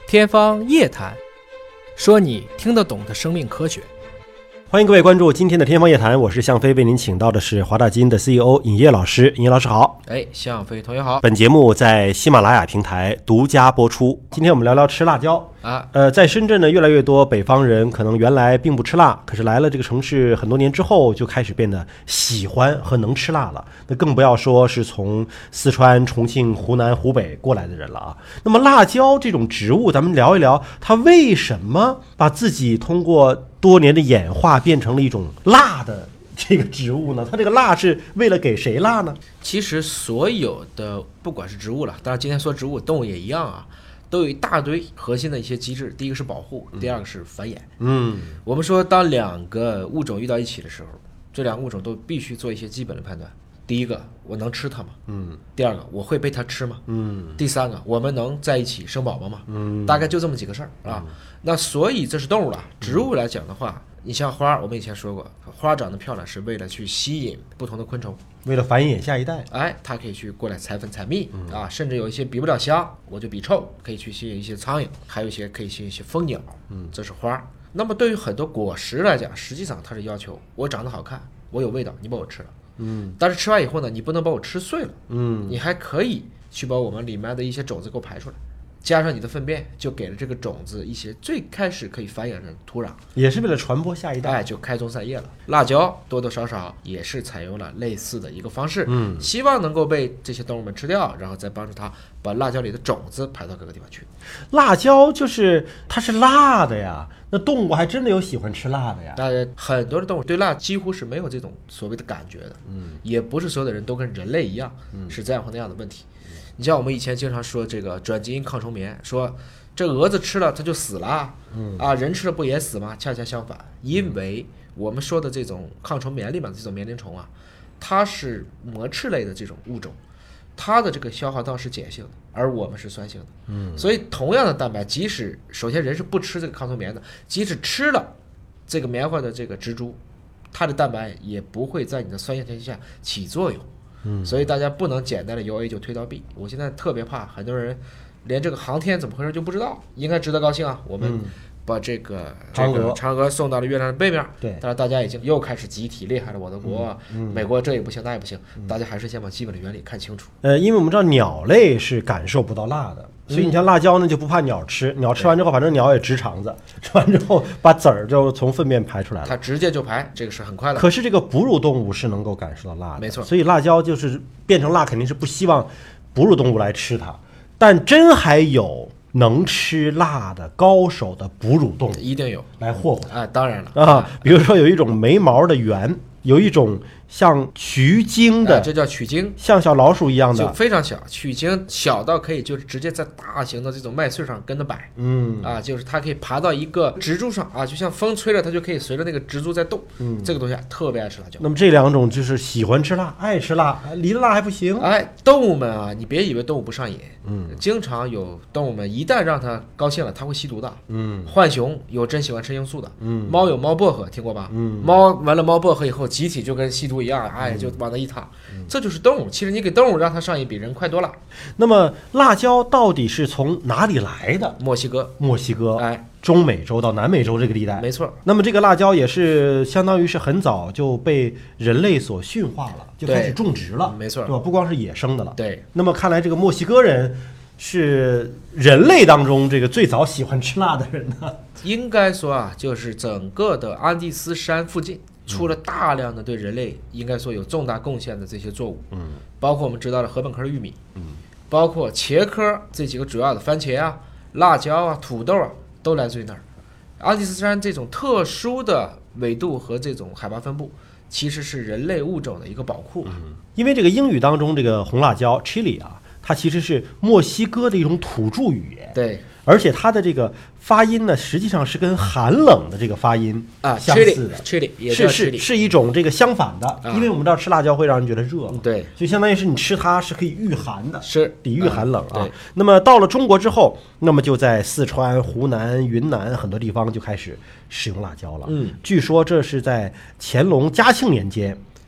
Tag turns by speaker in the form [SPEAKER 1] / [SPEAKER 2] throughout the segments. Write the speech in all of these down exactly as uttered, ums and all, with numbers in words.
[SPEAKER 1] 天方夜谭，说你听得懂的生命科学。
[SPEAKER 2] 欢迎各位关注今天的天方夜谭，我是向飞，为您请到的是华大基因的 C E O 尹烨老师。尹烨老师好。
[SPEAKER 1] 哎，向飞同学好。
[SPEAKER 2] 本节目在喜马拉雅平台独家播出。今天我们聊聊吃辣椒
[SPEAKER 1] 啊。
[SPEAKER 2] 呃，在深圳呢，越来越多北方人可能原来并不吃辣，可是来了这个城市很多年之后，就开始变得喜欢和能吃辣了。那更不要说是从四川、重庆、湖南、湖北过来的人了啊。那么辣椒这种植物，咱们聊一聊它为什么把自己通过多年的演化变成了一种辣的这个植物呢？它这个辣是为了给谁辣呢？
[SPEAKER 1] 其实所有的不管是植物了，当然今天说植物，动物也一样啊，都有一大堆核心的一些机制。第一个是保护，第二个是繁衍。
[SPEAKER 2] 嗯，
[SPEAKER 1] 我们说当两个物种遇到一起的时候，这两个物种都必须做一些基本的判断。第一个，我能吃它吗？嗯。第二个，我会被它吃吗？嗯。第三个，我们能在一起生宝宝吗？嗯。大概就这么几个事儿啊。嗯、那所以这是动物了。植物来讲的话，你像花，我们以前说过，花长得漂亮是为了去吸引不同的昆虫，
[SPEAKER 2] 为了繁衍下一代。
[SPEAKER 1] 哎，它可以去过来采粉采蜜、嗯、啊，甚至有一些比不了香，我就比臭，可以去吸引一些苍蝇，还有一些可以吸引一些蜂鸟。嗯，这是花。那么对于很多果实来讲，实际上它是要求我长得好看，我有味道，你把我吃了。嗯，但是吃完以后呢，你不能把我吃碎了，嗯，你还可以去把我们里面的一些种子给我排出来，加上你的粪便，就给了这个种子一些最开始可以繁衍的土壤，
[SPEAKER 2] 也是为了传播下一代，
[SPEAKER 1] 哎，就开宗散叶了。辣椒多多少少也是采用了类似的一个方式，嗯，希望能够被这些动物们吃掉，然后再帮助它把辣椒里的种子排到各个地方去。
[SPEAKER 2] 辣椒就是它是辣的呀。那动物还真的有喜欢吃辣的呀？
[SPEAKER 1] 当然，很多的动物对辣几乎是没有这种所谓的感觉的，嗯，也不是所有的人都跟人类一样，嗯，是这样或那样的问题。嗯、你像我们以前经常说这个转基因抗虫棉，说这蛾子吃了它就死了，嗯啊，人吃了不也死吗？恰恰相反，因为我们说的这种抗虫棉里面的这种棉铃虫啊，它是膜翅类的这种物种。它的这个消耗道是碱性的，而我们是酸性的，嗯，所以同样的蛋白，即使首先人是不吃这个抗虫棉的，即使吃了这个棉花的这个植株，它的蛋白也不会在你的酸性条件下起作用，嗯，所以大家不能简单的由 A 就推到 B。我现在特别怕很多人连这个航天怎么回事就不知道，应该值得高兴啊，我们、嗯。把这个这个嫦娥送到了月亮的背面，对，但是大家已经又开始集体厉害了，我的国，嗯嗯、美国这也不行那也不行，嗯、大家还是先把基本的原理看清楚。
[SPEAKER 2] 呃，因为我们知道鸟类是感受不到辣的，所以你像辣椒呢就不怕鸟吃，鸟吃完之后反正鸟也直肠子，吃完之后把籽儿就从粪便排出来了，
[SPEAKER 1] 它直接就排，这个是很快的。
[SPEAKER 2] 可是这个哺乳动物是能够感受到辣的，
[SPEAKER 1] 没错，
[SPEAKER 2] 所以辣椒就是变成辣，肯定是不希望哺乳动物来吃它，但真还有。能吃辣的高手的哺乳动物
[SPEAKER 1] 一定有
[SPEAKER 2] 来霍霍
[SPEAKER 1] 啊，当然了
[SPEAKER 2] 啊，比如说有一种没毛的螈，有一种像曲鲸的、
[SPEAKER 1] 啊，这叫曲鲸，
[SPEAKER 2] 像小老鼠一样的，
[SPEAKER 1] 就非常小。曲鲸小到可以就是直接在大型的这种麦穗上跟着摆，嗯啊，就是它可以爬到一个植株上啊，就像风吹了，它就可以随着那个植株在动。嗯，这个东西、啊、特别爱吃辣椒。
[SPEAKER 2] 那么这两种就是喜欢吃辣、爱吃辣，离了辣还不行。
[SPEAKER 1] 哎，动物们啊，你别以为动物不上瘾，嗯，经常有动物们一旦让它高兴了，它会吸毒的。嗯，浣熊有真喜欢吃罂粟的，嗯，猫有猫薄荷，听过吧？嗯，猫闻了猫薄荷以后，集体就跟吸毒一样，哎，就往那一躺，嗯、这就是动物。其实你给动物让它上瘾，比人快多了。
[SPEAKER 2] 那么辣椒到底是从哪里来的？
[SPEAKER 1] 墨西哥，
[SPEAKER 2] 墨西哥，
[SPEAKER 1] 哎，
[SPEAKER 2] 中美洲到南美洲这个地带，
[SPEAKER 1] 没错。
[SPEAKER 2] 那么这个辣椒也是相当于是很早就被人类所驯化了，就开始种植了，
[SPEAKER 1] 没错，
[SPEAKER 2] 对吧？不光是野生的了。
[SPEAKER 1] 对。
[SPEAKER 2] 那么看来这个墨西哥人是人类当中这个最早喜欢吃辣的人呢？
[SPEAKER 1] 应该说啊，就是整个的安第斯山附近。出了大量的对人类应该说有重大贡献的这些作物，嗯，包括我们知道的禾本科的玉米，嗯，包括茄科这几个主要的番茄啊、辣椒啊、土豆啊，都来自于那儿。安第斯山这种特殊的纬度和这种海拔分布，其实是人类物种的一个宝库。
[SPEAKER 2] 嗯，因为这个英语当中这个红辣椒 chili 啊，它其实是墨西哥的一种土著语言，
[SPEAKER 1] 对，
[SPEAKER 2] 而且它的这个发音呢，实际上是跟寒冷的这个发音
[SPEAKER 1] 啊
[SPEAKER 2] 相似的，
[SPEAKER 1] chili 也
[SPEAKER 2] 是是是一种这个相反的，啊、因为我们知道吃辣椒会让人觉得热嘛，
[SPEAKER 1] 对，
[SPEAKER 2] 就相当于是你吃它是可以御寒的，
[SPEAKER 1] 是
[SPEAKER 2] 抵御寒冷啊。
[SPEAKER 1] 啊
[SPEAKER 2] 那么到了中国之后，那么就在四川、湖南、云南很多地方就开始使用辣椒了。嗯，据说这是在乾隆嘉庆年间。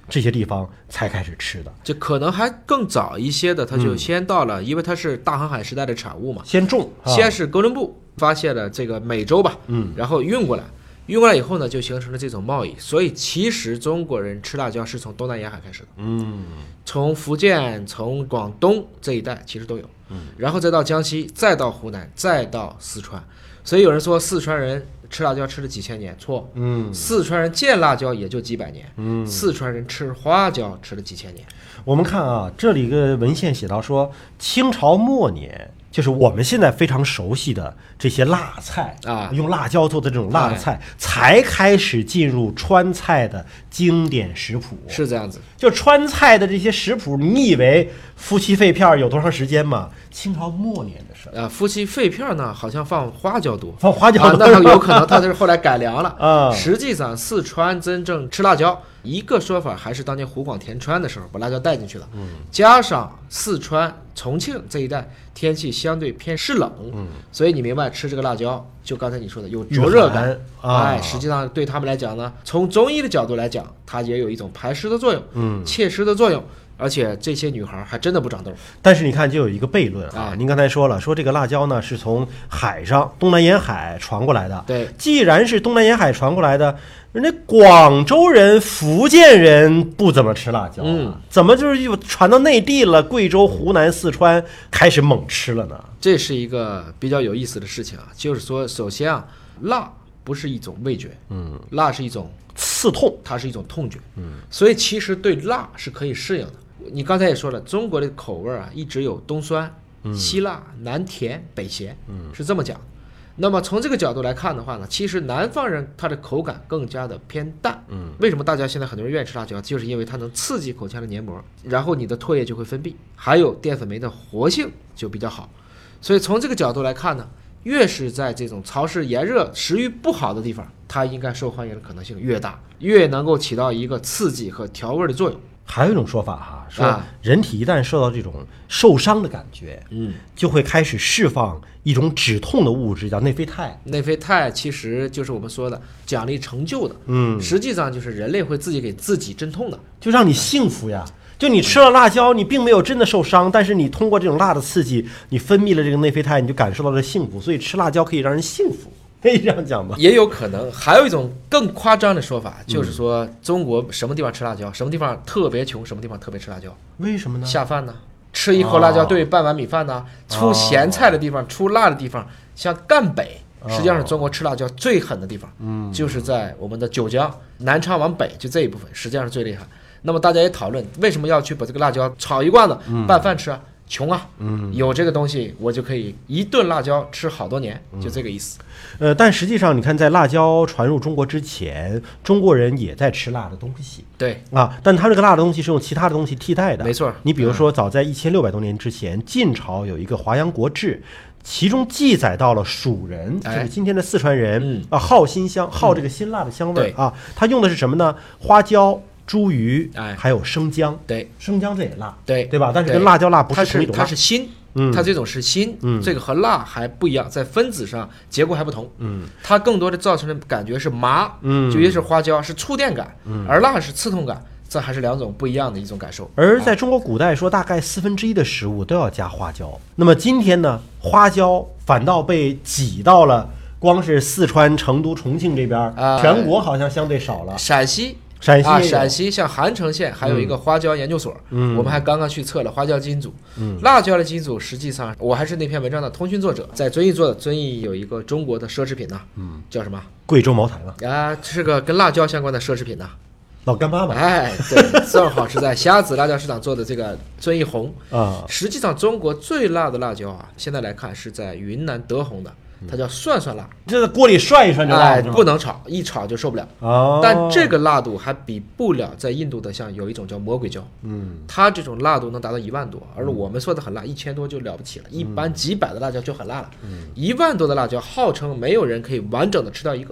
[SPEAKER 2] 这些地方才开始吃的，
[SPEAKER 1] 就可能还更早一些的，它就先到了，嗯、因为它是大航海时代的产物嘛，
[SPEAKER 2] 先种，
[SPEAKER 1] 啊、先是哥伦布发现了这个美洲吧，
[SPEAKER 2] 嗯，
[SPEAKER 1] 然后运过来。运过来以后呢，就形成了这种贸易，所以其实中国人吃辣椒是从东南沿海开始的，
[SPEAKER 2] 嗯，
[SPEAKER 1] 从福建、从广东这一带其实都有，嗯，然后再到江西，再到湖南，再到四川，所以有人说四川人吃辣椒吃了几千年，错，
[SPEAKER 2] 嗯，
[SPEAKER 1] 四川人见辣椒也就几百年，
[SPEAKER 2] 嗯，
[SPEAKER 1] 四川人吃花椒吃了几千年。
[SPEAKER 2] 我们看啊，这里一个文献写到说，清朝末年。就是我们现在非常熟悉的这些辣菜
[SPEAKER 1] 啊，
[SPEAKER 2] 用辣椒做的这种辣菜，哎、才开始进入川菜的经典食谱。
[SPEAKER 1] 是这样子，
[SPEAKER 2] 就川菜的这些食谱，你以为夫妻肺片有多长时间吗？清朝末年的事儿
[SPEAKER 1] 啊。夫妻肺片呢，好像放花椒多，
[SPEAKER 2] 放花椒多，
[SPEAKER 1] 啊、那有可能它是后来改良了
[SPEAKER 2] 啊。
[SPEAKER 1] 实际上，四川真正吃辣椒。一个说法还是当年湖广填川的时候把辣椒带进去了，嗯，加上四川、重庆这一带天气相对偏湿冷，嗯，所以你明白吃这个辣椒，就刚才你说的有灼热感，
[SPEAKER 2] 啊、
[SPEAKER 1] 哎，实际上对他们来讲呢，从中医的角度来讲，它也有一种排湿的作用，
[SPEAKER 2] 嗯，
[SPEAKER 1] 祛湿的作用。而且这些女孩还真的不长痘，
[SPEAKER 2] 但是你看，就有一个悖论啊。
[SPEAKER 1] 啊
[SPEAKER 2] 您刚才说了，说这个辣椒呢是从海上东南沿海传过来的。
[SPEAKER 1] 对，
[SPEAKER 2] 既然是东南沿海传过来的，人家广州人、福建人不怎么吃辣椒、啊，
[SPEAKER 1] 嗯，
[SPEAKER 2] 怎么就是又传到内地了？贵州、湖南、四川开始猛吃了呢？
[SPEAKER 1] 这是一个比较有意思的事情啊，就是说，首先啊，辣不是一种味觉，嗯，辣是一种
[SPEAKER 2] 刺痛，
[SPEAKER 1] 它是一种痛觉，嗯，所以其实对辣是可以适应的。你刚才也说了，中国的口味啊，一直有东酸、西辣、南甜、北咸，嗯，是这么讲。那么从这个角度来看的话呢，其实南方人他的口感更加的偏淡，嗯，为什么大家现在很多人愿意吃辣椒，就是因为它能刺激口腔的黏膜，然后你的唾液就会分泌，还有淀粉酶的活性就比较好。所以从这个角度来看呢，越是在这种潮湿炎热、食欲不好的地方，它应该受欢迎的可能性越大，越能够起到一个刺激和调味的作用。
[SPEAKER 2] 还有一种说法哈，说人体一旦受到这种受伤的感觉，嗯，就会开始释放一种止痛的物质，叫内啡肽。
[SPEAKER 1] 内啡肽其实就是我们说的奖励成就的，
[SPEAKER 2] 嗯，
[SPEAKER 1] 实际上就是人类会自己给自己镇痛的，
[SPEAKER 2] 就让你幸福呀。就你吃了辣椒，你并没有真的受伤，但是你通过这种辣的刺激，你分泌了这个内啡肽，你就感受到了幸福。所以吃辣椒可以让人幸福。可以这样讲吗？
[SPEAKER 1] 也有可能，还有一种更夸张的说法，就是说中国什么地方吃辣椒，什么地方特别穷，什么地方特别吃辣椒。
[SPEAKER 2] 为什么呢？
[SPEAKER 1] 下饭呢？吃一口辣椒对半碗米饭呢？出咸菜的地方，出辣的地方，像赣北，实际上是中国吃辣椒最狠的地方，嗯，就是在我们的九江、南昌往北，就这一部分，实际上是最厉害。那么大家也讨论，为什么要去把这个辣椒炒一罐子拌饭吃啊？穷啊，嗯，有这个东西我就可以一顿辣椒吃好多年，就这个意思。
[SPEAKER 2] 呃，但实际上你看，在辣椒传入中国之前，中国人也在吃辣的东西，
[SPEAKER 1] 对
[SPEAKER 2] 啊，但他这个辣的东西是用其他的东西替代的，
[SPEAKER 1] 没错。
[SPEAKER 2] 你比如说，早在一千六百多年之前，晋朝有一个《华阳国志》，其中记载到了蜀人，
[SPEAKER 1] 哎、
[SPEAKER 2] 就是今天的四川人、
[SPEAKER 1] 嗯、
[SPEAKER 2] 啊，好辛香，好这个辛辣的香味、
[SPEAKER 1] 嗯、
[SPEAKER 2] 啊，他用的是什么呢？花椒、茱萸，
[SPEAKER 1] 哎，
[SPEAKER 2] 还有生姜，
[SPEAKER 1] 对，
[SPEAKER 2] 生姜这也辣，
[SPEAKER 1] 对
[SPEAKER 2] 对吧？但是跟辣椒辣不是同一种辣，
[SPEAKER 1] 它是辛，嗯，它这种是辛，嗯，这个和辣还不一样，在分子上结构还不同，嗯，它更多的造成的感觉是麻，嗯，就也是花椒是触电感，嗯，而辣是刺痛感，这还是两种不一样的一种感受。
[SPEAKER 2] 而在中国古代说，大概四分之一的食物都要加花椒，那么今天呢，花椒反倒被挤到了光是四川、成都、重庆这边，呃、全国好像相对少了，
[SPEAKER 1] 陕西。
[SPEAKER 2] 陕西
[SPEAKER 1] 啊，陕西像韩城县还有一个花椒研究所，嗯，我们还刚刚去测了花椒基因组，嗯，辣椒的基因组实际上，我还是那篇文章的通讯作者，在遵义做的，遵义有一个中国的奢侈品呢，嗯，叫什么？
[SPEAKER 2] 贵州茅台了
[SPEAKER 1] 啊，是个跟辣椒相关的奢侈品呢。
[SPEAKER 2] 老干妈嘛，
[SPEAKER 1] 哎，对，正好是在虾子辣椒市场做的这个遵义红
[SPEAKER 2] 啊。
[SPEAKER 1] 实际上，中国最辣的辣椒啊，现在来看是在云南德宏的。它叫涮涮辣，
[SPEAKER 2] 这在锅里涮一涮就辣，
[SPEAKER 1] 哎，不能炒，一炒就受不了。
[SPEAKER 2] 哦，
[SPEAKER 1] 但这个辣度还比不了在印度的，像有一种叫魔鬼椒，嗯，它这种辣度能达到一万多，而我们说的很辣，一千多就了不起了。一般几百的辣椒就很辣了，嗯，一万多的辣椒号称没有人可以完整的吃掉一个，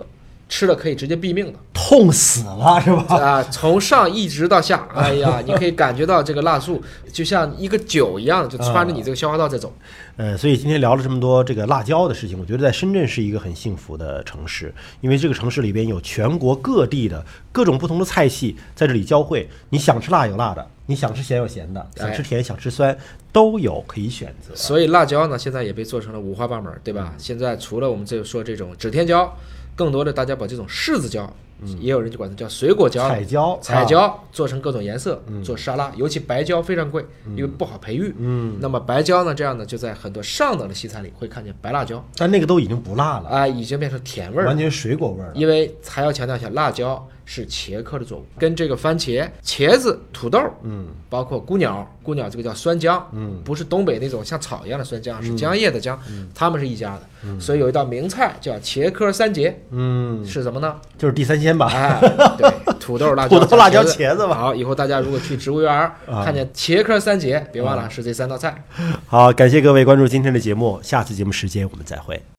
[SPEAKER 1] 吃了可以直接毙命的，
[SPEAKER 2] 痛死了是吧？
[SPEAKER 1] 啊，从上一直到下，哎呀，你可以感觉到这个辣素就像一个酒一样，就穿着你这个消化道在走。
[SPEAKER 2] 呃，所以今天聊了这么多这个辣椒的事情，我觉得在深圳是一个很幸福的城市，因为这个城市里边有全国各地的各种不同的菜系在这里交汇，你想吃辣有辣的，你想吃咸有咸的，想吃甜想吃酸都有可以选择。
[SPEAKER 1] 所以辣椒呢，现在也被做成了五花八门，对吧？现在除了我们这说这种指天椒，更多的大家把这种柿子椒。也有人就管它叫水果椒、
[SPEAKER 2] 彩椒、
[SPEAKER 1] 彩椒做成各种颜色，做沙拉，尤其白椒非常贵，因为不好培育。
[SPEAKER 2] 嗯，
[SPEAKER 1] 那么白椒呢，这样呢，就在很多上等的西餐里会看见白辣椒，
[SPEAKER 2] 但那个都已经不辣了，
[SPEAKER 1] 啊，已经变成甜味儿，
[SPEAKER 2] 完全水果味儿了。
[SPEAKER 1] 因为还要强调一下，辣椒是茄科的作物，跟这个番茄、茄子、土豆，
[SPEAKER 2] 嗯，
[SPEAKER 1] 包括菇鸟，菇鸟这个叫酸姜，
[SPEAKER 2] 嗯，
[SPEAKER 1] 不是东北那种像草一样的酸姜，是姜叶的姜，它们是一家的。所以有一道名菜叫茄科三杰，
[SPEAKER 2] 嗯，
[SPEAKER 1] 是什么呢？
[SPEAKER 2] 就是地三鲜吧？
[SPEAKER 1] 哎，对，土豆、辣椒、
[SPEAKER 2] 土豆、辣椒、茄子吧。
[SPEAKER 1] 好，以后大家如果去植物园看见茄科三杰，别忘了是这三道菜。
[SPEAKER 2] 好，感谢各位关注今天的节目，下次节目时间我们再会。